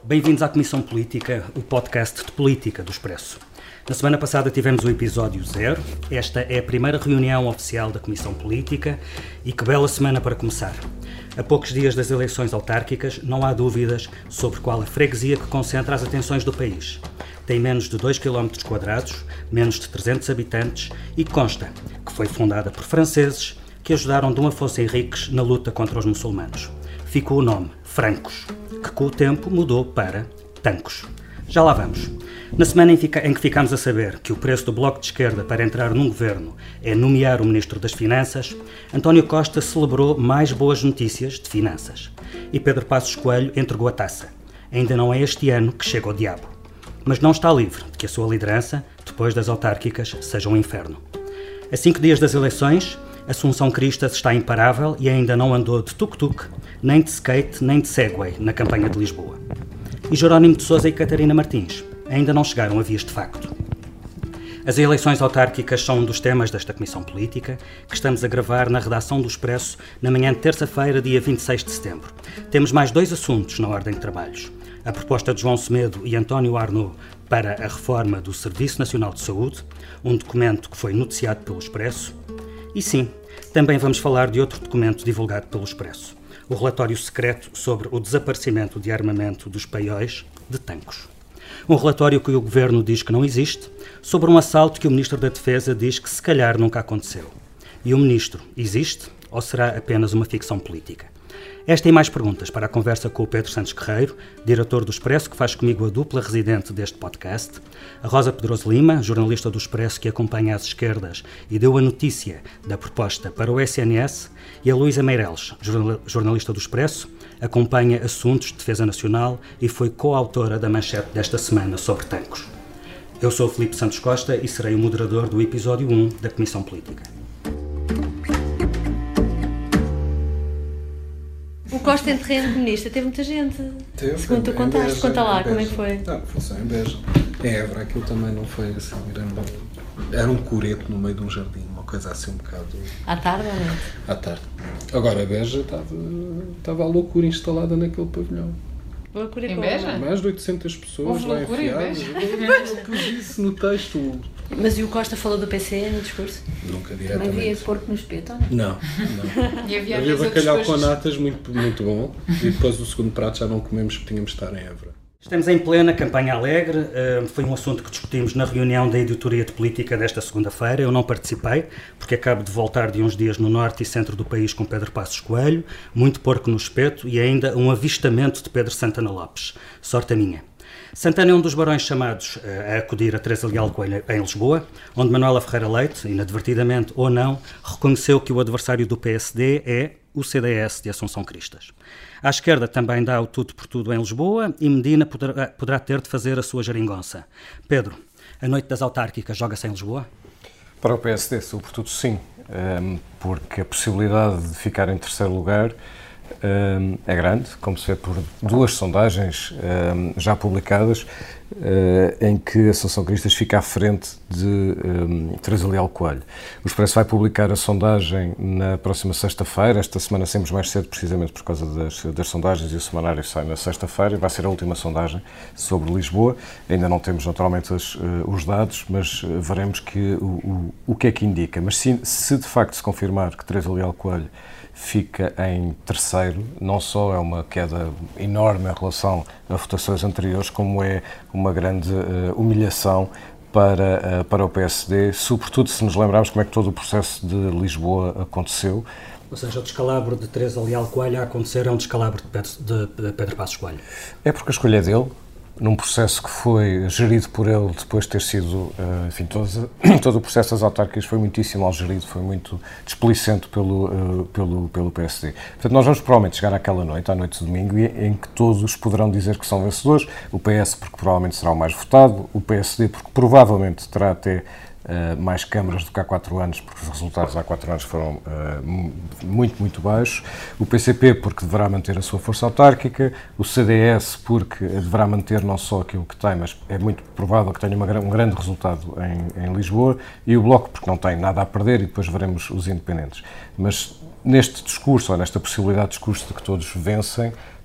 Bem-vindos à Comissão Política, o podcast de política do Expresso. Na semana passada tivemos o episódio 0. Esta é a primeira reunião oficial da Comissão Política e que bela semana para começar. A poucos dias das eleições autárquicas, não há dúvidas sobre qual a freguesia que concentra as atenções do país. Tem menos de 2 km², menos de 300 habitantes e consta que foi fundada por franceses que ajudaram Dom Afonso Henriques na luta contra os muçulmanos. Ficou o nome Francos, que com o tempo mudou para Tancos. Já lá vamos. Na semana em que ficámos a saber que o preço do Bloco de Esquerda para entrar num governo é nomear o Ministro das Finanças, António Costa celebrou mais boas notícias de finanças. E Pedro Passos Coelho entregou a taça. Ainda não é este ano que chega ao diabo. Mas não está livre de que a sua liderança, depois das autárquicas, seja um inferno. A 5 dias das eleições, Assunção Cristas está imparável e ainda não andou de tuk-tuk, nem de skate, nem de Segway na campanha de Lisboa. E Jerónimo de Sousa e Catarina Martins ainda não chegaram a vias de facto. As eleições autárquicas são um dos temas desta Comissão Política, que estamos a gravar na redação do Expresso na manhã de terça-feira, dia 26 de setembro. Temos mais 2 assuntos na ordem de trabalhos. A proposta de João Semedo e António Arnaud para a reforma do Serviço Nacional de Saúde, um documento que foi noticiado pelo Expresso. E sim, também vamos falar de outro documento divulgado pelo Expresso, o relatório secreto sobre o desaparecimento de armamento dos paióis de Tancos. Um relatório que o Governo diz que não existe, sobre um assalto que o Ministro da Defesa diz que se calhar nunca aconteceu. E o Ministro existe ou será apenas uma ficção política? Esta e mais perguntas para a conversa com o Pedro Santos Guerreiro, diretor do Expresso, que faz comigo a dupla residente deste podcast, a Rosa Pedroso Lima, jornalista do Expresso que acompanha as esquerdas e deu a notícia da proposta para o SNS, e a Luísa Meireles, jornalista do Expresso, acompanha assuntos de defesa nacional e foi coautora da manchete desta semana sobre Tancos. Eu sou o Filipe Santos Costa e serei o moderador do episódio 1 da Comissão Política. O Costa em terreno comunista teve muita gente. Teve, segundo tu contaste, conta lá como é que foi. Não, foi só em Beja. Em Évora aquilo também não foi assim grande. Era um coreto no meio de um jardim, uma coisa assim um bocado. À tarde ou não? À tarde. Agora a Beja estava a loucura instalada naquele pavilhão. Loucura em Beja? Mais de 800 pessoas houve lá loucura enfiadas. Eu pus isso no texto. Mas e o Costa falou do PC no discurso? Nunca Mas diretamente. havia porco no espeto? Não. E havia Bacalhau com natas muito, muito bom. E depois o segundo prato já não comemos porque tínhamos de estar em Évora. Estamos em plena campanha alegre, foi um assunto que discutimos na reunião da editoria de política desta segunda-feira. Eu não participei, porque acabo de voltar de uns dias no norte e centro do país com Pedro Passos Coelho, muito porco no espeto e ainda um avistamento de Pedro Santana Lopes. Sorte a minha. Santana é um dos barões chamados a acudir a Teresa Leal Coelho em Lisboa, onde Manuela Ferreira Leite, inadvertidamente ou não, reconheceu que o adversário do PSD é o CDS de Assunção Cristas. À esquerda também dá o tudo por tudo em Lisboa e Medina poderá ter de fazer a sua geringonça. Pedro, a noite das autárquicas joga-se em Lisboa? Para o PSD, sobretudo sim, porque a possibilidade de ficar em terceiro lugar é grande, como se vê por 2 sondagens já publicadas, em que a Assunção Cristas fica à frente de Teresa Leal Coelho. O Expresso vai publicar a sondagem na próxima sexta-feira. Esta semana saímos mais cedo, precisamente por causa das sondagens, e o semanário sai na sexta-feira. Vai ser a última sondagem sobre Lisboa. Ainda não temos, naturalmente, os dados, mas veremos o que é que indica. Mas se de facto se confirmar que Teresa Leal Coelho fica em terceiro, não só é uma queda enorme em relação a votações anteriores, como é uma grande humilhação para o PSD, sobretudo se nos lembrarmos como é que todo o processo de Lisboa aconteceu. Ou seja, o descalabro de Teresa Leal Coelho a acontecer é um descalabro de Pedro Passos Coelho. É porque a escolha é dele, num processo que foi gerido por ele depois de ter sido, enfim, todo o processo das autárquicas foi muitíssimo mal gerido, foi muito desplicente pelo PSD. Portanto, nós vamos provavelmente chegar àquela noite, à noite de domingo, em que todos poderão dizer que são vencedores, o PS porque provavelmente será o mais votado, o PSD porque provavelmente terá até mais câmaras do que há 4 anos, porque os resultados há 4 anos foram muito baixos, o PCP porque deverá manter a sua força autárquica, o CDS porque deverá manter não só aquilo que tem, mas é muito provável que tenha um grande resultado em Lisboa, e o Bloco porque não tem nada a perder, e depois veremos os independentes. Mas neste discurso, ou nesta possibilidade de discurso de que todos vencem,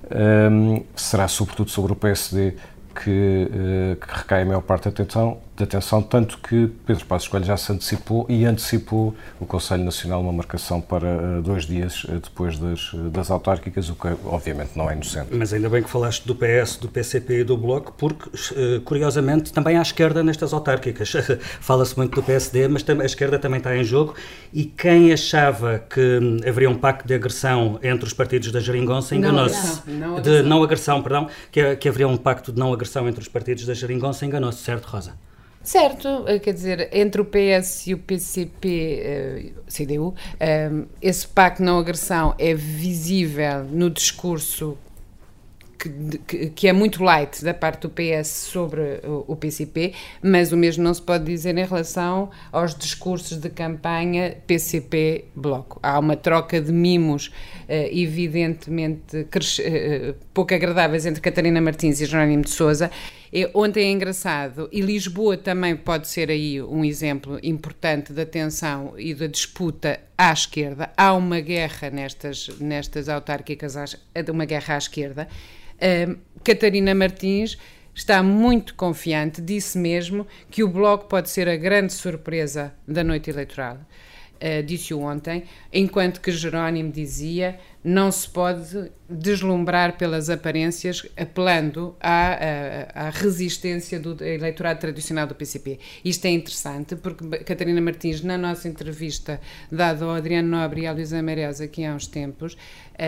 será sobretudo sobre o PSD que recai a maior parte da atenção, tanto que Pedro Passos Coelho já se antecipou o Conselho Nacional uma marcação para 2 dias depois das autárquicas, o que obviamente não é inocente. Mas ainda bem que falaste do PS, do PCP e do Bloco, porque, curiosamente, também há esquerda nestas autárquicas. Fala-se muito do PSD, mas a esquerda também está em jogo, e quem achava que haveria um pacto de agressão entre os partidos da Geringonça enganou-se. Não agressão, perdão, que haveria um pacto de não agressão entre os partidos da Geringonça, enganou-se, certo, Rosa? Certo, quer dizer, entre o PS e o PCP, CDU, esse pacto de não agressão é visível no discurso que é muito light da parte do PS sobre o PCP, mas o mesmo não se pode dizer em relação aos discursos de campanha PCP-Bloco. Há uma troca de mimos evidentemente pouco agradáveis entre Catarina Martins e Jerónimo de Sousa. Ontem é engraçado, e Lisboa também pode ser aí um exemplo importante da tensão e da disputa à esquerda. Há uma guerra nestas autárquicas, uma guerra à esquerda. Catarina Martins está muito confiante, disse mesmo que o Bloco pode ser a grande surpresa da noite eleitoral. Disse-o ontem, enquanto que Jerónimo dizia não se pode deslumbrar pelas aparências, apelando à resistência do eleitorado tradicional do PCP. Isto é interessante porque Catarina Martins, na nossa entrevista dada ao Adriano Nobre e à Luísa Meireles aqui há uns tempos,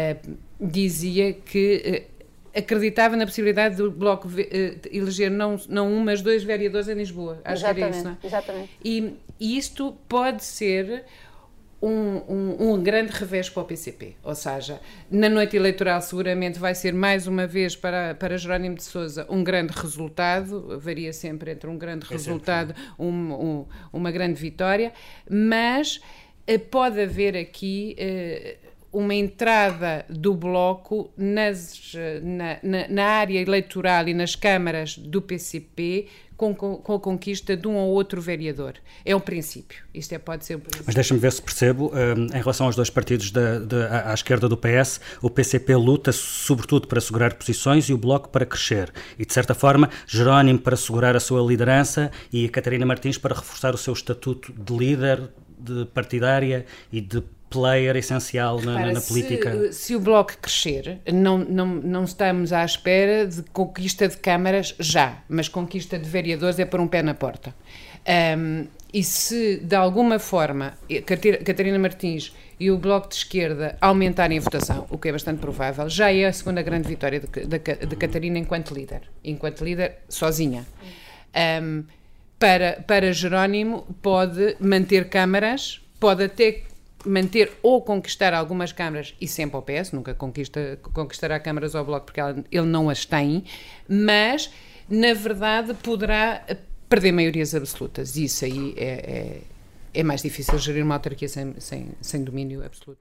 dizia que acreditava na possibilidade do Bloco eleger não um, mas 2 vereadores em Lisboa. Acho que era isso, não é? Exatamente. E isto pode ser um grande revés para o PCP, ou seja, na noite eleitoral seguramente vai ser mais uma vez para Jerónimo de Sousa um grande resultado, varia sempre entre um grande resultado, uma grande vitória, mas pode haver aqui uma entrada do Bloco na área eleitoral e nas câmaras do PCP com a conquista de um ou outro vereador. É um princípio. Isto pode ser um princípio. Mas deixa-me ver se percebo, em relação aos 2 partidos à esquerda do PS, o PCP luta sobretudo para assegurar posições e o Bloco para crescer. E, de certa forma, Jerónimo para assegurar a sua liderança e a Catarina Martins para reforçar o seu estatuto de líder, de partidária e de player essencial na política. Se o Bloco crescer, não estamos à espera de conquista de câmaras já, mas conquista de vereadores é pôr um pé na porta. E se, de alguma forma, Catarina Martins e o Bloco de Esquerda aumentarem a votação, o que é bastante provável, já é a segunda grande vitória de Catarina enquanto líder sozinha. Para Jerónimo, pode manter câmaras, pode até manter ou conquistar algumas câmaras, e sempre ao PS, nunca conquistará câmaras ao Bloco porque ele não as tem, mas na verdade poderá perder maiorias absolutas, e isso aí é mais difícil gerir uma autarquia sem domínio absoluto.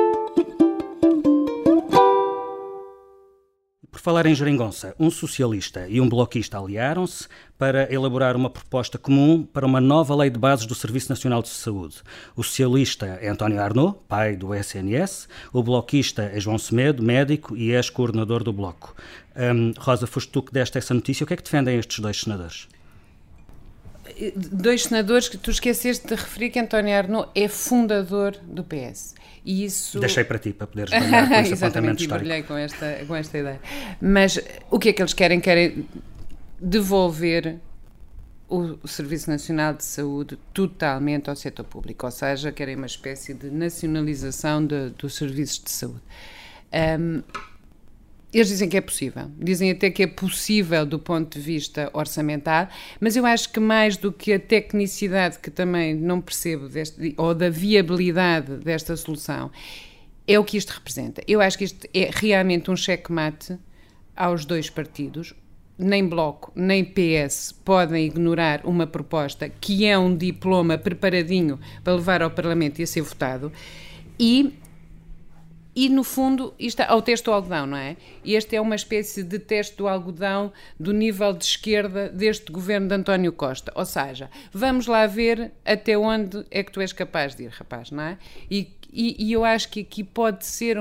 Por falar em Geringonça, um socialista e um bloquista aliaram-se para elaborar uma proposta comum para uma nova lei de bases do Serviço Nacional de Saúde. O socialista é António Arnaud, pai do SNS, o bloquista é João Semedo, médico e ex-coordenador do Bloco. Rosa, foste tu que deste essa notícia. O que é que defendem estes 2 senadores? 2 senadores que tu esqueceste de referir que António Arnaud é fundador do PS. E isso... Deixei para ti, para poderes ganhar com esse apontamento histórico. Exatamente, brilhei com esta ideia. Mas o que é que eles querem? Querem devolver o Serviço Nacional de Saúde totalmente ao setor público, ou seja, querem uma espécie de nacionalização dos serviços de saúde. Eles dizem que é possível, dizem até que é possível do ponto de vista orçamental, mas eu acho que mais do que a tecnicidade, que também não percebo, ou da viabilidade desta solução, é o que isto representa. Eu acho que isto é realmente um checkmate aos 2 partidos. Nem Bloco, nem PS podem ignorar uma proposta que é um diploma preparadinho para levar ao Parlamento e a ser votado, e no fundo, isto ao teste do algodão, não é? Este é uma espécie de teste do algodão do nível de esquerda deste governo de António Costa. Ou seja, vamos lá ver até onde é que tu és capaz de ir, rapaz, não é? E E eu acho que aqui pode ser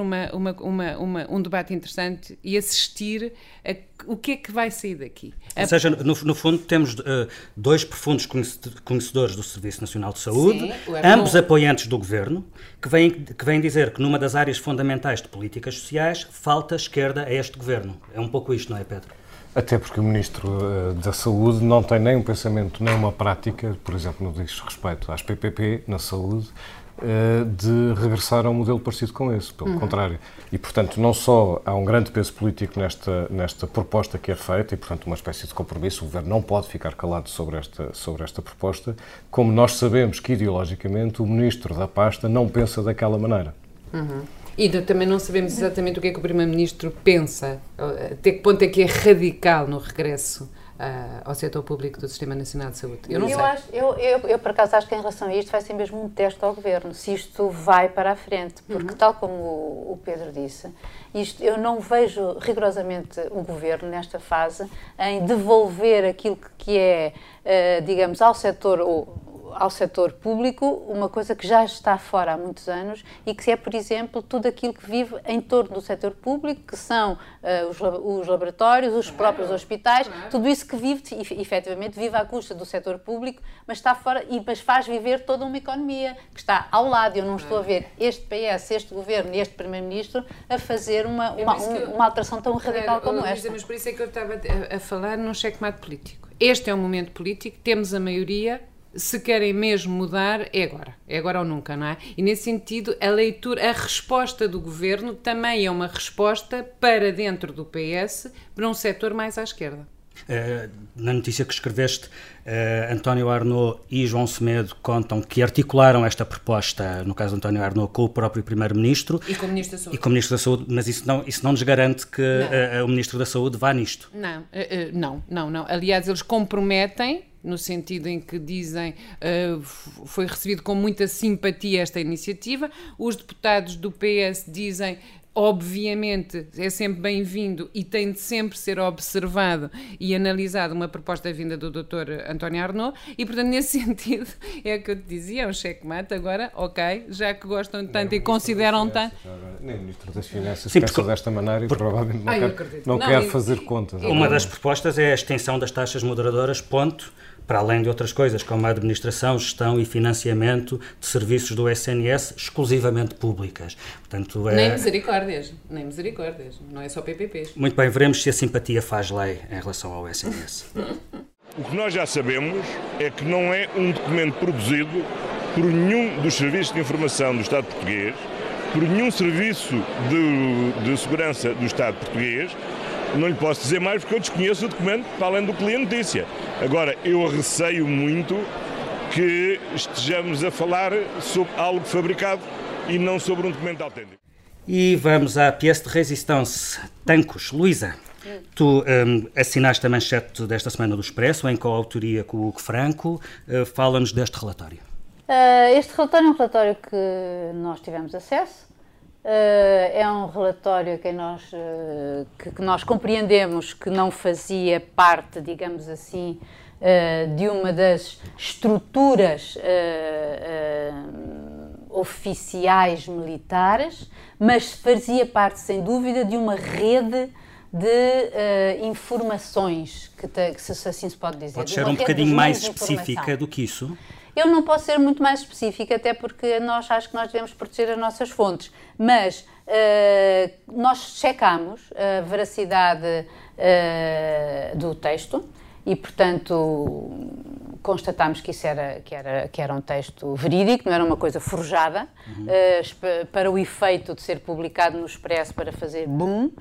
um debate interessante e assistir a o que é que vai sair daqui. Ou seja, no fundo temos dois profundos conhecedores do Serviço Nacional de Saúde, Sim, ambos apoiantes do Governo, que vêm dizer que numa das áreas fundamentais de políticas sociais falta esquerda a este Governo. É um pouco isto, não é, Pedro? Até porque o Ministro da Saúde não tem nem um pensamento, nem uma prática, por exemplo, no que diz respeito às PPP na saúde, de regressar a um modelo parecido com esse, pelo contrário. E, portanto, não só há um grande peso político nesta proposta que é feita, e, portanto, uma espécie de compromisso, o Governo não pode ficar calado sobre esta proposta, como nós sabemos que, ideologicamente, o Ministro da pasta não pensa daquela maneira. E também não sabemos exatamente o que é que o Primeiro-Ministro pensa, até que ponto é que é radical no regresso ao setor público do Sistema Nacional de Saúde. Eu não sei. Eu, por acaso, acho que em relação a isto vai ser mesmo um teste ao Governo, se isto vai para a frente, porque tal como o Pedro disse, eu não vejo rigorosamente o Governo nesta fase em devolver aquilo que é, digamos, ao setor público, uma coisa que já está fora há muitos anos e que é, por exemplo, tudo aquilo que vive em torno do setor público, que são os laboratórios, os próprios hospitais, tudo isso que vive, efetivamente, vive à custa do setor público, mas está fora, mas faz viver toda uma economia que está ao lado. Eu não estou a ver este PS, este Governo e este Primeiro-Ministro a fazer uma alteração tão radical como esta. Mas por isso é que eu estava a falar num checkmate político. Este é um momento político, temos a maioria. Se querem mesmo mudar, é agora ou nunca, não é? E nesse sentido, a resposta do Governo também é uma resposta para dentro do PS, para um setor mais à esquerda. Na notícia que escreveste, António Arnaud e João Semedo contam que articularam esta proposta, no caso de António Arnaud, com o próprio Primeiro-Ministro. E com o Ministro da Saúde. E com o Ministro da Saúde, mas isso não nos garante que o Ministro da Saúde vá nisto. Não. Aliás, eles comprometem, no sentido em que dizem foi recebido com muita simpatia esta iniciativa. Os deputados do PS dizem, obviamente, é sempre bem-vindo e tem de sempre ser observado e analisado uma proposta vinda do Dr. António Arnaud e, portanto, nesse sentido, é o que eu te dizia, é um checkmate agora, ok, já que gostam tanto e consideram tanto... Nem o Ministro das Finanças pensa desta maneira e provavelmente não quer fazer contas. Uma das propostas é a extensão das taxas moderadoras, para além de outras coisas, como a administração, gestão e financiamento de serviços do SNS exclusivamente públicas. Portanto, nem misericórdias, não é só PPPs. Muito bem, veremos se a simpatia faz lei em relação ao SNS. O que nós já sabemos é que não é um documento produzido por nenhum dos serviços de informação do Estado português, por nenhum serviço de segurança do Estado português. Não lhe posso dizer mais porque eu desconheço o documento, para além do que li a notícia. Agora, eu receio muito que estejamos a falar sobre algo fabricado e não sobre um documento autêntico. E vamos à pièce de résistance, Tancos. Luísa, tu assinaste a manchete desta semana do Expresso, em coautoria com o Hugo Franco. Fala-nos deste relatório. Este relatório é um relatório que nós tivemos acesso. É um relatório que nós compreendemos que não fazia parte, digamos assim, de uma das estruturas oficiais militares, mas fazia parte, sem dúvida, de uma rede de informações, se assim se pode dizer. Pode ser um bocadinho mais específica do que isso? Eu não posso ser muito mais específica, até porque acho que nós devemos proteger as nossas fontes, mas nós checámos a veracidade do texto e, portanto, constatámos que isso era um texto verídico, não era uma coisa forjada, para o efeito de ser publicado no Expresso para fazer boom.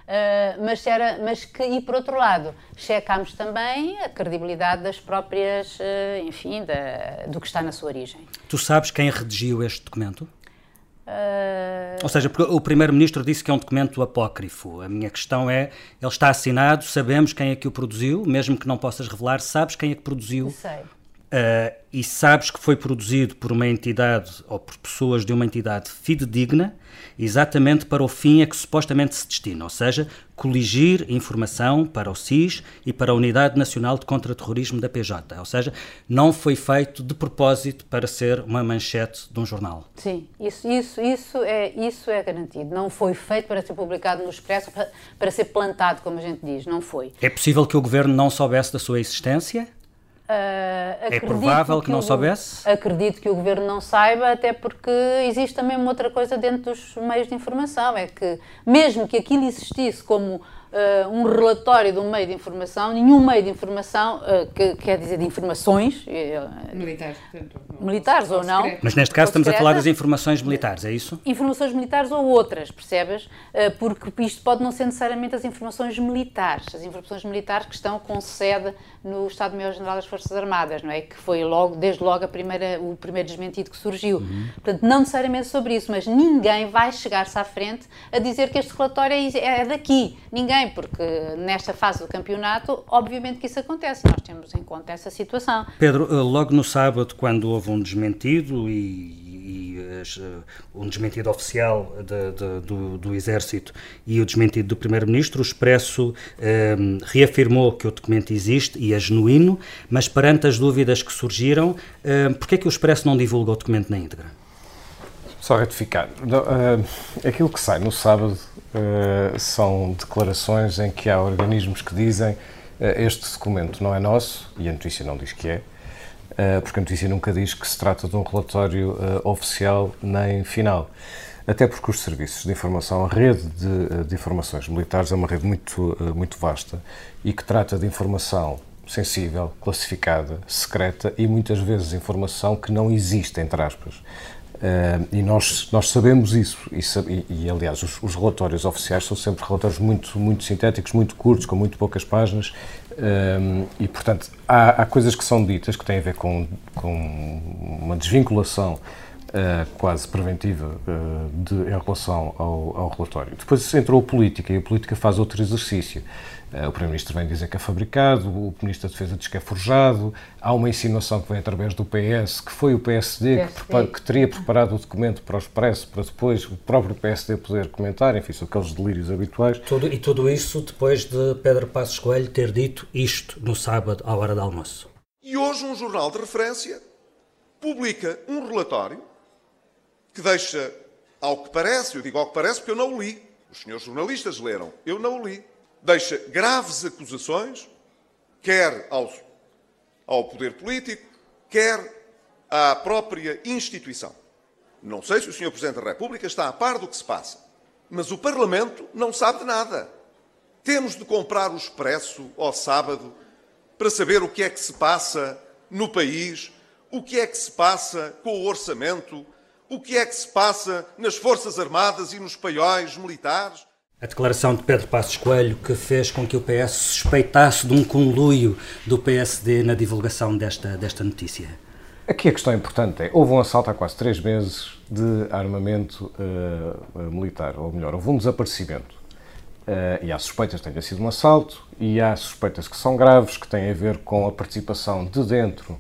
E por outro lado, checámos também a credibilidade das próprias, do que está na sua origem. Tu sabes quem redigiu este documento? Ou seja, porque o Primeiro-Ministro disse que é um documento apócrifo. A minha questão é, ele está assinado, sabemos quem é que o produziu, mesmo que não possas revelar, sabes quem é que produziu? Sei. e sabes que foi produzido por uma entidade ou por pessoas de uma entidade fidedigna, exatamente para o fim a que supostamente se destina, ou seja, coligir informação para o SIS e para a Unidade Nacional de Contra-Terrorismo da PJ, ou seja, não foi feito de propósito para ser uma manchete de um jornal. Sim, isso é garantido. Não foi feito para ser publicado no Expresso, para ser plantado, como a gente diz, não foi. É possível que o Governo não soubesse da sua existência? É provável que não soubesse? Acredito que o Governo não saiba, até porque existe também uma outra coisa dentro dos meios de informação, é que mesmo que aquilo existisse como um relatório de um meio de informação, nenhum meio de informação, que quer dizer de informações... Militares ou não. Mas neste caso estamos a falar das informações militares, é isso? Informações militares ou outras, percebes? Porque isto pode não ser necessariamente as informações militares que estão com sede no Estado-Maior-General das Forças Armadas, não é? Que foi desde logo o primeiro desmentido que surgiu. Portanto, não necessariamente sobre isso, mas ninguém vai chegar-se à frente a dizer que este relatório é daqui. Ninguém, porque nesta fase do campeonato, obviamente que isso acontece. Nós temos em conta essa situação. Pedro, logo no sábado, quando houve um desmentido um desmentido oficial do Exército e o desmentido do Primeiro-Ministro, o Expresso reafirmou que o documento existe e é genuíno, mas perante as dúvidas que surgiram, porquê é que o Expresso não divulga o documento na íntegra? Só retificar. Aquilo que sai no sábado são declarações em que há organismos que dizem este documento não é nosso, e a notícia não diz que é, porque a notícia nunca diz que se trata de um relatório oficial nem final. Até porque os serviços de informação, a rede de informações militares é uma rede muito vasta e que trata de informação sensível, classificada, secreta e muitas vezes informação que não existe, entre aspas. E nós sabemos isso e aliás, os relatórios oficiais são sempre relatórios muito sintéticos, muito curtos, com muito poucas páginas e, portanto, há coisas que são ditas que têm a ver com uma desvinculação quase preventiva em relação ao relatório. Depois entrou a política e a política faz outro exercício. O Primeiro-Ministro vem dizer que é fabricado, o Ministro da Defesa diz que é forjado, há uma insinuação que vem através do PS, que foi o PSD que teria preparado o documento para o Expresso, para depois o próprio PSD poder comentar, enfim, são aqueles delírios habituais. E tudo isso depois de Pedro Passos Coelho ter dito isto no sábado, à hora do almoço. E hoje um jornal de referência publica um relatório que deixa, ao que parece, eu digo ao que parece porque eu não o li, os senhores jornalistas leram, eu não o li, deixa graves acusações, quer ao poder político, quer à própria instituição. Não sei se o Sr. Presidente da República está a par do que se passa, mas o Parlamento não sabe de nada. Temos de comprar o Expresso ao sábado para saber o que é que se passa no país, o que é que se passa com o orçamento, o que é que se passa nas Forças Armadas e nos paióis militares. A declaração de Pedro Passos Coelho que fez com que o PS suspeitasse de um conluio do PSD na divulgação desta notícia. Aqui a questão importante é, houve um assalto há quase 3 meses de armamento militar, ou melhor, houve um desaparecimento. E há suspeitas que tenha sido um assalto, e há suspeitas que são graves, que têm a ver com a participação de dentro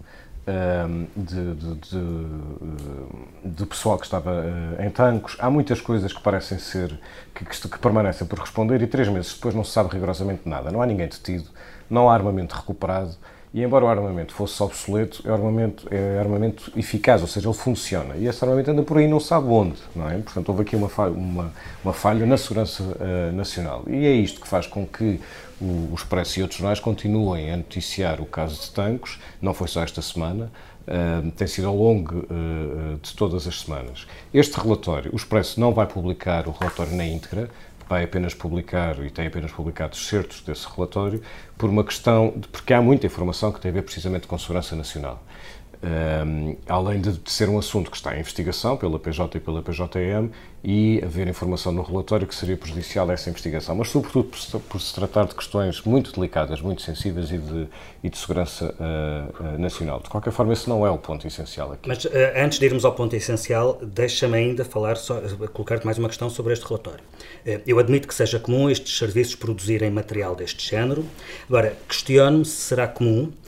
de pessoal que estava em tanques. Há muitas coisas que parecem ser, que permanecem por responder e 3 meses depois não se sabe rigorosamente nada. Não há ninguém detido, não há armamento recuperado e, embora o armamento fosse obsoleto, é armamento eficaz, ou seja, ele funciona. E esse armamento anda por aí não sabe onde, não é? Portanto, houve aqui uma falha na segurança nacional. E é isto que faz com que o Expresso e outros jornais continuem a noticiar o caso de Tancos. Não foi só esta semana, tem sido ao longo de todas as semanas. Este relatório, o Expresso não vai publicar o relatório na íntegra, vai apenas publicar e tem apenas publicado excertos desse relatório por uma questão porque há muita informação que tem a ver precisamente com segurança nacional. Além de ser um assunto que está em investigação pela PJ e pela PJM e haver informação no relatório que seria prejudicial a essa investigação, mas sobretudo por se tratar de questões muito delicadas, muito sensíveis e de segurança nacional. De qualquer forma, esse não é o ponto essencial aqui. Mas antes de irmos ao ponto essencial, deixa-me ainda colocar-te mais uma questão sobre este relatório. Eu admito que seja comum estes serviços produzirem material deste género. Agora, questiono-me se será comum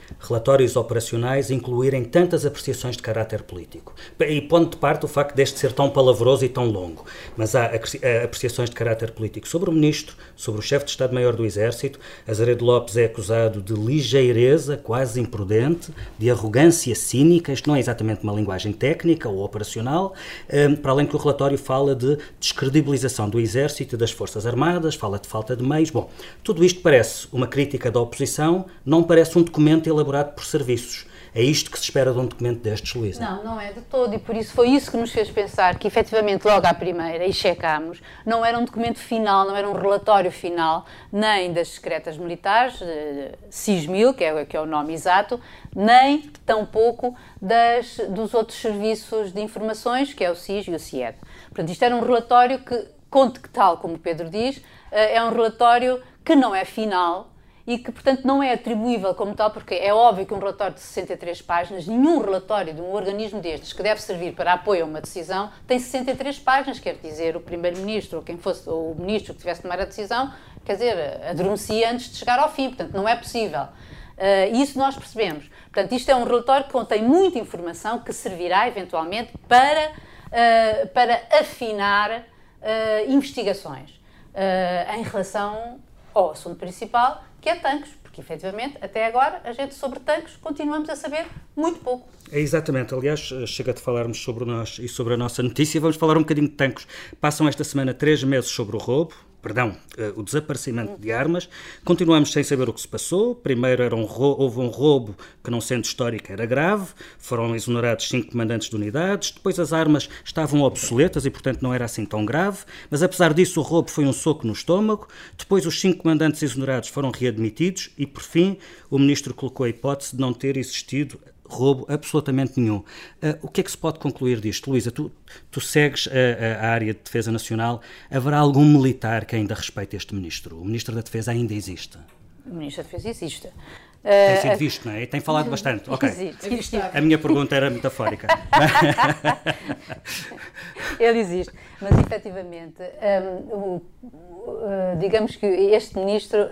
relatórios operacionais incluírem tantas apreciações de caráter político. E pondo de parte o facto deste ser tão palavroso e tão longo, mas há apreciações de caráter político sobre o Ministro, sobre o Chefe de Estado-Maior do Exército. Azeredo Lopes é acusado de ligeireza, quase imprudente, de arrogância cínica. Isto não é exatamente uma linguagem técnica ou operacional, para além que o relatório fala de descredibilização do Exército e das Forças Armadas, fala de falta de meios. Bom, tudo isto parece uma crítica da oposição, não parece um documento elaborado por serviços. É isto que se espera de um documento destes, Luísa? Não, não é de todo, e por isso foi isso que nos fez pensar que, efetivamente, logo à primeira, e checámos, não era um documento final, não era um relatório final, nem das secretas militares, SIS-1000, que é o nome exato, nem, tampouco, dos outros serviços de informações, que é o SIS e o CIED. Portanto, isto era um relatório que, tal como o Pedro diz, é um relatório que não é final, e que, portanto, não é atribuível como tal, porque é óbvio que um relatório de 63 páginas, nenhum relatório de um organismo destes, que deve servir para apoio a uma decisão, tem 63 páginas, quer dizer, o Primeiro-Ministro, ou quem fosse, ou o Ministro que tivesse de tomar a decisão, quer dizer, adormecia antes de chegar ao fim, portanto, não é possível. Isso nós percebemos. Portanto, isto é um relatório que contém muita informação que servirá, eventualmente, para afinar investigações em relação ao assunto principal, que é tanques, porque efetivamente até agora a gente sobre tanques continuamos a saber muito pouco. É exatamente, aliás, chega de falarmos sobre nós e sobre a nossa notícia, vamos falar um bocadinho de tanques. Passam esta semana 3 meses sobre o desaparecimento de armas. Continuamos sem saber o que se passou. Primeiro houve um roubo que, não sendo histórico, era grave. Foram exonerados 5 comandantes de unidades. Depois as armas estavam obsoletas e, portanto, não era assim tão grave. Mas, apesar disso, o roubo foi um soco no estômago. Depois os 5 comandantes exonerados foram readmitidos e, por fim, o Ministro colocou a hipótese de não ter existido roubo absolutamente nenhum. O que é que se pode concluir disto? Luísa, tu segues a área de defesa nacional. Haverá algum militar que ainda respeite este Ministro? O Ministro da Defesa ainda existe? O Ministro da Defesa existe. Tem sido visto, não é? E tem falado bastante. Ok. Existe. A minha pergunta era metafórica. Ele existe. Mas, efetivamente, digamos que este Ministro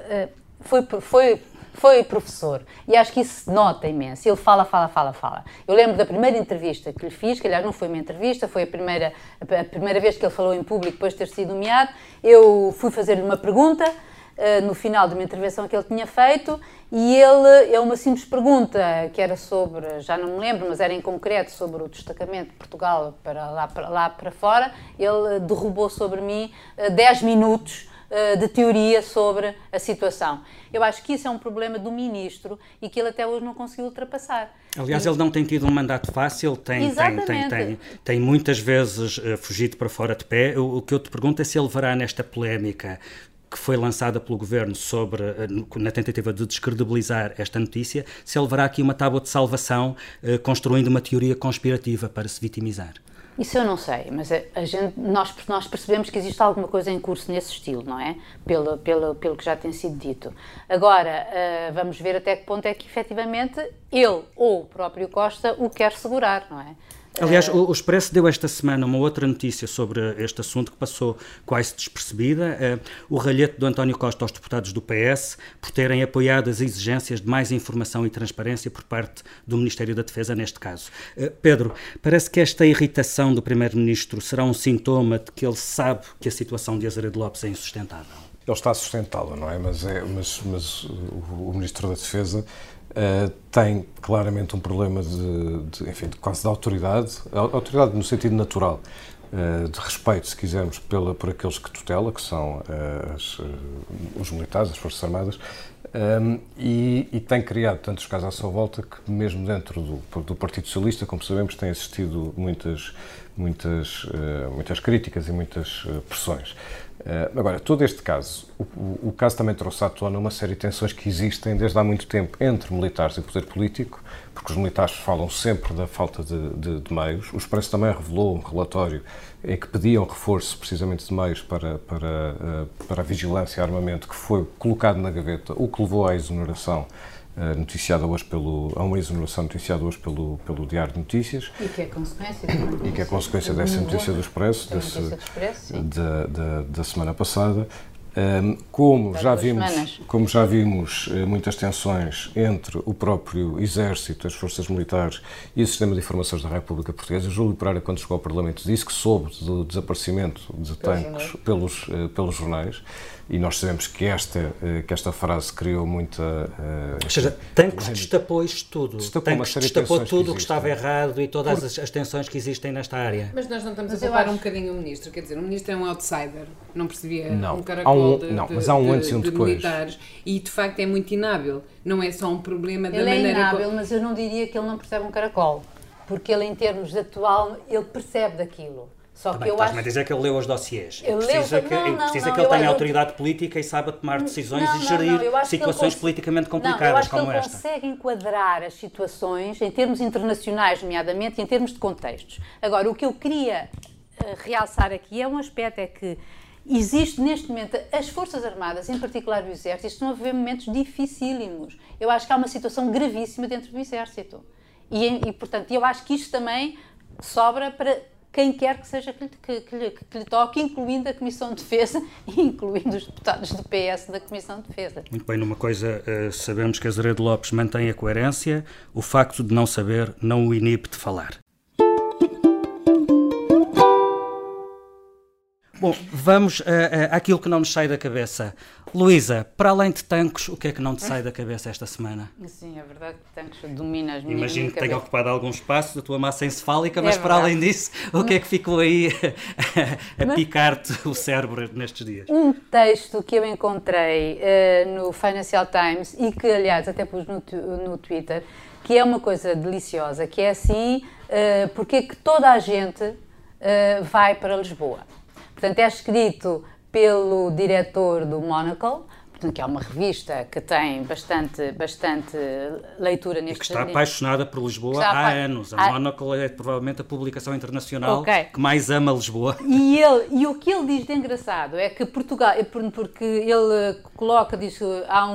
foi professor, e acho que isso se nota imenso. Ele fala. Eu lembro da primeira entrevista que lhe fiz, que aliás não foi uma entrevista, foi a primeira vez que ele falou em público depois de ter sido nomeado. Eu fui fazer-lhe uma pergunta no final de uma intervenção que ele tinha feito, e ele, uma simples pergunta que era sobre, já não me lembro, mas era em concreto sobre o destacamento de Portugal lá para fora, ele derrubou sobre mim 10 minutos de teoria sobre a situação. Eu acho que isso é um problema do Ministro e que ele até hoje não conseguiu ultrapassar. Aliás, ele não tem tido um mandato fácil, tem muitas vezes fugido para fora de pé. O que eu te pergunto é se ele verá nesta polémica que foi lançada pelo Governo na tentativa de descredibilizar esta notícia, se ele verá aqui uma tábua de salvação construindo uma teoria conspirativa para se vitimizar. Isso eu não sei, mas nós percebemos que existe alguma coisa em curso nesse estilo, não é? Pelo que já tem sido dito. Agora, vamos ver até que ponto é que, efetivamente, ele ou o próprio Costa o quer segurar, não é? Aliás, o Expresso deu esta semana uma outra notícia sobre este assunto que passou quase despercebida. O ralhete do António Costa aos deputados do PS por terem apoiado as exigências de mais informação e transparência por parte do Ministério da Defesa, neste caso. Pedro, parece que esta irritação do Primeiro-Ministro será um sintoma de que ele sabe que a situação de Azeredo Lopes é insustentável. Ele está a sustentá-la, não é? Mas o Ministro da Defesa tem claramente um problema de quase de autoridade no sentido natural, de respeito, se quisermos, por aqueles que tutela, que são os militares, as Forças Armadas, e tem criado tantos casos à sua volta que mesmo dentro do Partido Socialista, como sabemos, tem existido muitas críticas e muitas pressões. Agora, todo este caso, o caso também trouxe à tona uma série de tensões que existem desde há muito tempo entre militares e poder político, porque os militares falam sempre da falta de meios. O Expresso também revelou um relatório em que pediam reforço precisamente de meios para a vigilância e armamento, que foi colocado na gaveta, o que levou à exoneração noticiada hoje pelo Diário de Notícias. E que é consequência dessa notícia do Expresso, da semana passada. Como já vimos muitas tensões entre o próprio Exército, as forças militares e o Sistema de Informações da República Portuguesa, Júlio Pereira, quando chegou ao Parlamento, disse que soube do desaparecimento de tanques pelos jornais, e nós sabemos que esta frase criou muita... Ou seja, tanques destapou isto tudo. Destapou tudo o que estava errado e todas as tensões que existem nesta área. Mas nós não estamos a culpar um bocadinho o Ministro. Quer dizer, o Ministro é um outsider, não percebia um caracol mas há um antes e um depois. Militares, e de facto é muito inábil. Não é só um problema da maneira... Ele é inábil, mas eu não diria que ele não percebe um caracol. Porque ele, em termos de atual, ele percebe daquilo. Só que eu acho... Estás-me a dizer que ele leu os dossiês. Precisa que ele tenha autoridade política e saiba tomar decisões e gerir situações politicamente complicadas como esta. Eu acho que ele consegue enquadrar as situações em termos internacionais, nomeadamente, e em termos de contextos. Agora, o que eu queria realçar aqui é um aspecto, é que existe neste momento, as Forças Armadas, em particular o Exército, estão a viver momentos dificílimos. Eu acho que há uma situação gravíssima dentro do Exército. E portanto, eu acho que isto também sobra para quem quer que seja que lhe toque, incluindo a Comissão de Defesa e incluindo os deputados do PS da Comissão de Defesa. Muito bem, numa coisa sabemos que Azeredo Lopes mantém a coerência, o facto de não saber não o inibe de falar. Bom, vamos àquilo que não nos sai da cabeça. Luísa, para além de tanques, o que é que não te sai da cabeça esta semana? Sim, é verdade que tanques domina as minhas Imagino que tenha ocupado algum espaço da tua massa encefálica, mas para além disso, o que é que ficou aí a picar-te o cérebro nestes dias? Um texto que eu encontrei no Financial Times e que, aliás, até pus no Twitter, que é uma coisa deliciosa, que é assim, porque é que toda a gente vai para Lisboa. Portanto, é escrito pelo diretor do Monocle, portanto, que é uma revista que tem bastante leitura neste... E que está apaixonada por Lisboa há anos. A Monocle é provavelmente a publicação internacional que mais ama Lisboa. E o que ele diz de engraçado é que Portugal, porque ele coloca, diz que há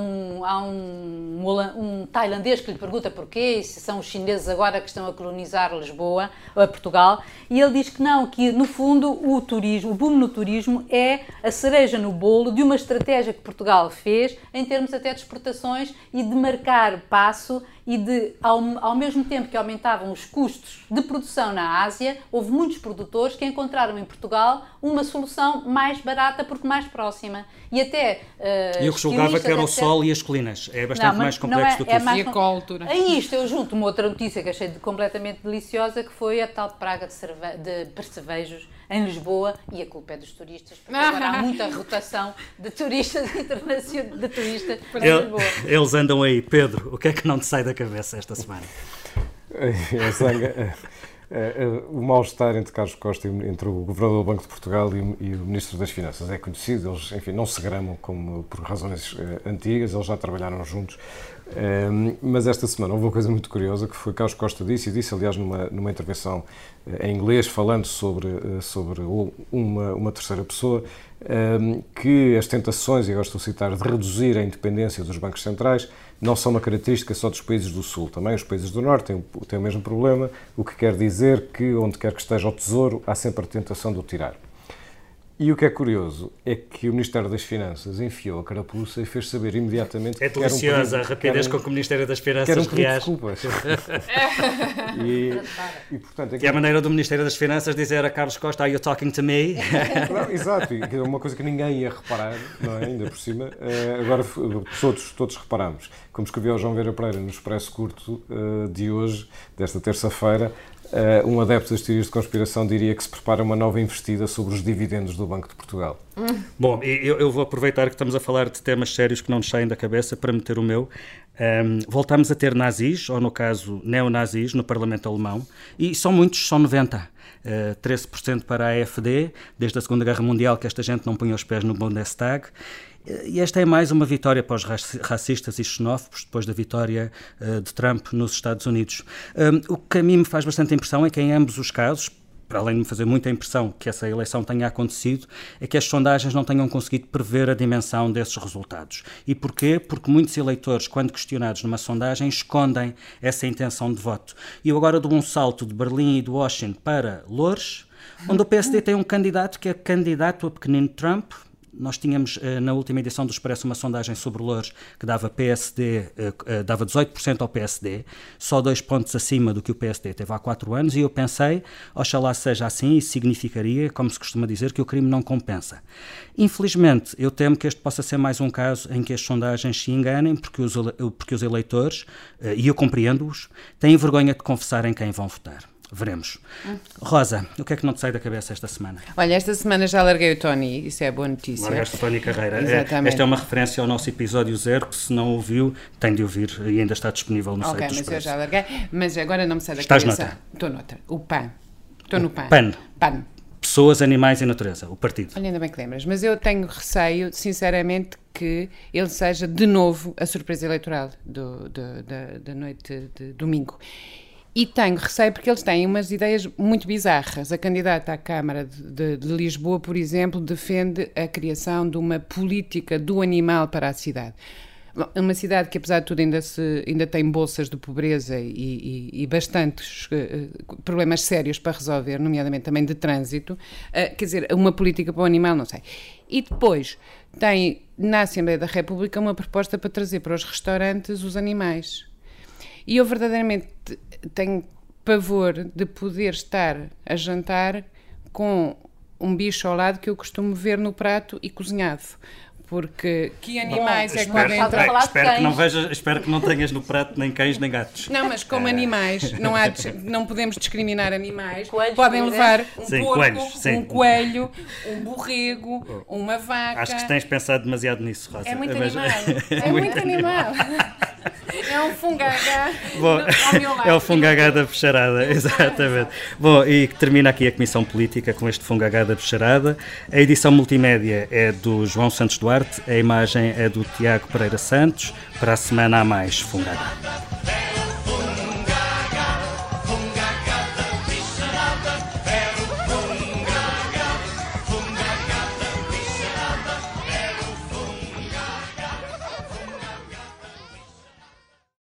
um tailandês que lhe pergunta porquê, se são os chineses agora que estão a colonizar Lisboa, ou a Portugal, e ele diz que não, que no fundo o boom no turismo é a cereja no bolo de uma estratégia que Portugal fez em termos até de exportações e de marcar passo e de, ao mesmo tempo que aumentavam os custos de produção na Ásia, houve muitos produtores que encontraram em Portugal uma solução mais barata porque mais próxima. E até... eu julgava que era o sol e as colinas. É bastante mais complexo do que isso. E a cultura. A isto eu junto uma outra notícia que achei completamente deliciosa, que foi a tal praga de percevejos em Lisboa, e a culpa é dos turistas, porque agora há muita rotação de turistas internacionais, de turistas para Lisboa. Eles andam aí. Pedro, o que é que não te sai da cabeça esta semana? O mal-estar entre Carlos Costa, entre o Governador do Banco de Portugal e o Ministro das Finanças é conhecido. Eles, enfim, não se gramam por razões antigas, eles já trabalharam juntos. Mas esta semana houve uma coisa muito curiosa que foi Carlos Costa disse aliás numa intervenção em inglês falando sobre uma terceira pessoa, que as tentações, e agora estou a citar, de reduzir a independência dos bancos centrais não são uma característica só dos países do Sul, também os países do Norte têm o mesmo problema, o que quer dizer que onde quer que esteja o tesouro há sempre a tentação de o tirar. E o que é curioso é que o Ministério das Finanças enfiou a carapuça e fez saber imediatamente que deliciosa a rapidez com que o Ministério das Finanças reage. Desculpas. e, portanto, que é a maneira do Ministério das Finanças dizer a Carlos Costa, are you talking to me? Não, exato, é uma coisa que ninguém ia reparar, não é? Ainda por cima. Agora todos reparamos. Como escreveu o João Vieira Pereira no Expresso Curto de hoje, desta terça-feira, um adepto das teorias de conspiração diria que se prepara uma nova investida sobre os dividendos do Banco de Portugal. Bom, eu vou aproveitar que estamos a falar de temas sérios que não nos saem da cabeça para meter o meu. Voltamos a ter nazis, ou no caso neonazis, no Parlamento Alemão, e são muitos, são 90. 13% para a AfD, desde a Segunda Guerra Mundial que esta gente não punha os pés no Bundestag. E esta é mais uma vitória para os racistas e xenófobos, depois da vitória de Trump nos Estados Unidos. O que a mim me faz bastante impressão é que em ambos os casos, para além de me fazer muita impressão que essa eleição tenha acontecido, é que as sondagens não tenham conseguido prever a dimensão desses resultados. E porquê? Porque muitos eleitores, quando questionados numa sondagem, escondem essa intenção de voto. E eu agora dou um salto de Berlim e de Washington para Loures, onde o PSD tem um candidato que é candidato a pequenino Trump, nós tínhamos na última edição do Expresso uma sondagem sobre Loures que dava dava 18% ao PSD, só 2 pontos acima do que o PSD teve há 4 anos, e eu pensei, oxalá seja assim, isso significaria, como se costuma dizer, que o crime não compensa. Infelizmente, eu temo que este possa ser mais um caso em que as sondagens se enganem, porque os eleitores, e eu compreendo-os, têm vergonha de confessar em quem vão votar. Veremos. Rosa, o que é que não te sai da cabeça esta semana? Olha, esta semana já larguei o Tony, isso é boa notícia. Largaste o Tony Carreira. Exatamente. Esta é uma referência ao nosso episódio 0, que se não ouviu, tem de ouvir e ainda está disponível no site do Expresso. Ok, mas eu já larguei, mas agora não me sai da Estás cabeça. noutra? Estou noutra. O PAN. Estou no PAN. PAN. Pessoas, Animais e Natureza, o partido. Olha, ainda bem que lembras, mas eu tenho receio, sinceramente, que ele seja de novo a surpresa eleitoral da noite de domingo. E tenho receio porque eles têm umas ideias muito bizarras. A candidata à Câmara de Lisboa, por exemplo, defende a criação de uma política do animal para a cidade. Uma cidade que, apesar de tudo, ainda tem bolsas de pobreza e bastantes problemas sérios para resolver, nomeadamente também de trânsito. Quer dizer, uma política para o animal, não sei. E depois tem, na Assembleia da República, uma proposta para trazer para os restaurantes os animais. E eu verdadeiramente tenho pavor de poder estar a jantar com um bicho ao lado que eu costumo ver no prato e cozinhado. Porque que animais é que podem entrar? Espero que não tenhas no prato nem cães nem gatos. Não, mas como animais, não podemos discriminar animais. Coelhos, podem levar um porco, coelhos, um coelho, um borrego, uma vaca. Acho que tens pensado demasiado nisso, Rosa. É muito animal. É muito animal. É um fungagá ao meu lado. É o fungagá da bicharada, exatamente. Bom, e termina aqui a Comissão Política com este fungagá da bicharada. A edição multimédia é do João Santos Duarte, a imagem é do Tiago Pereira Santos. Para a semana há mais fungagá.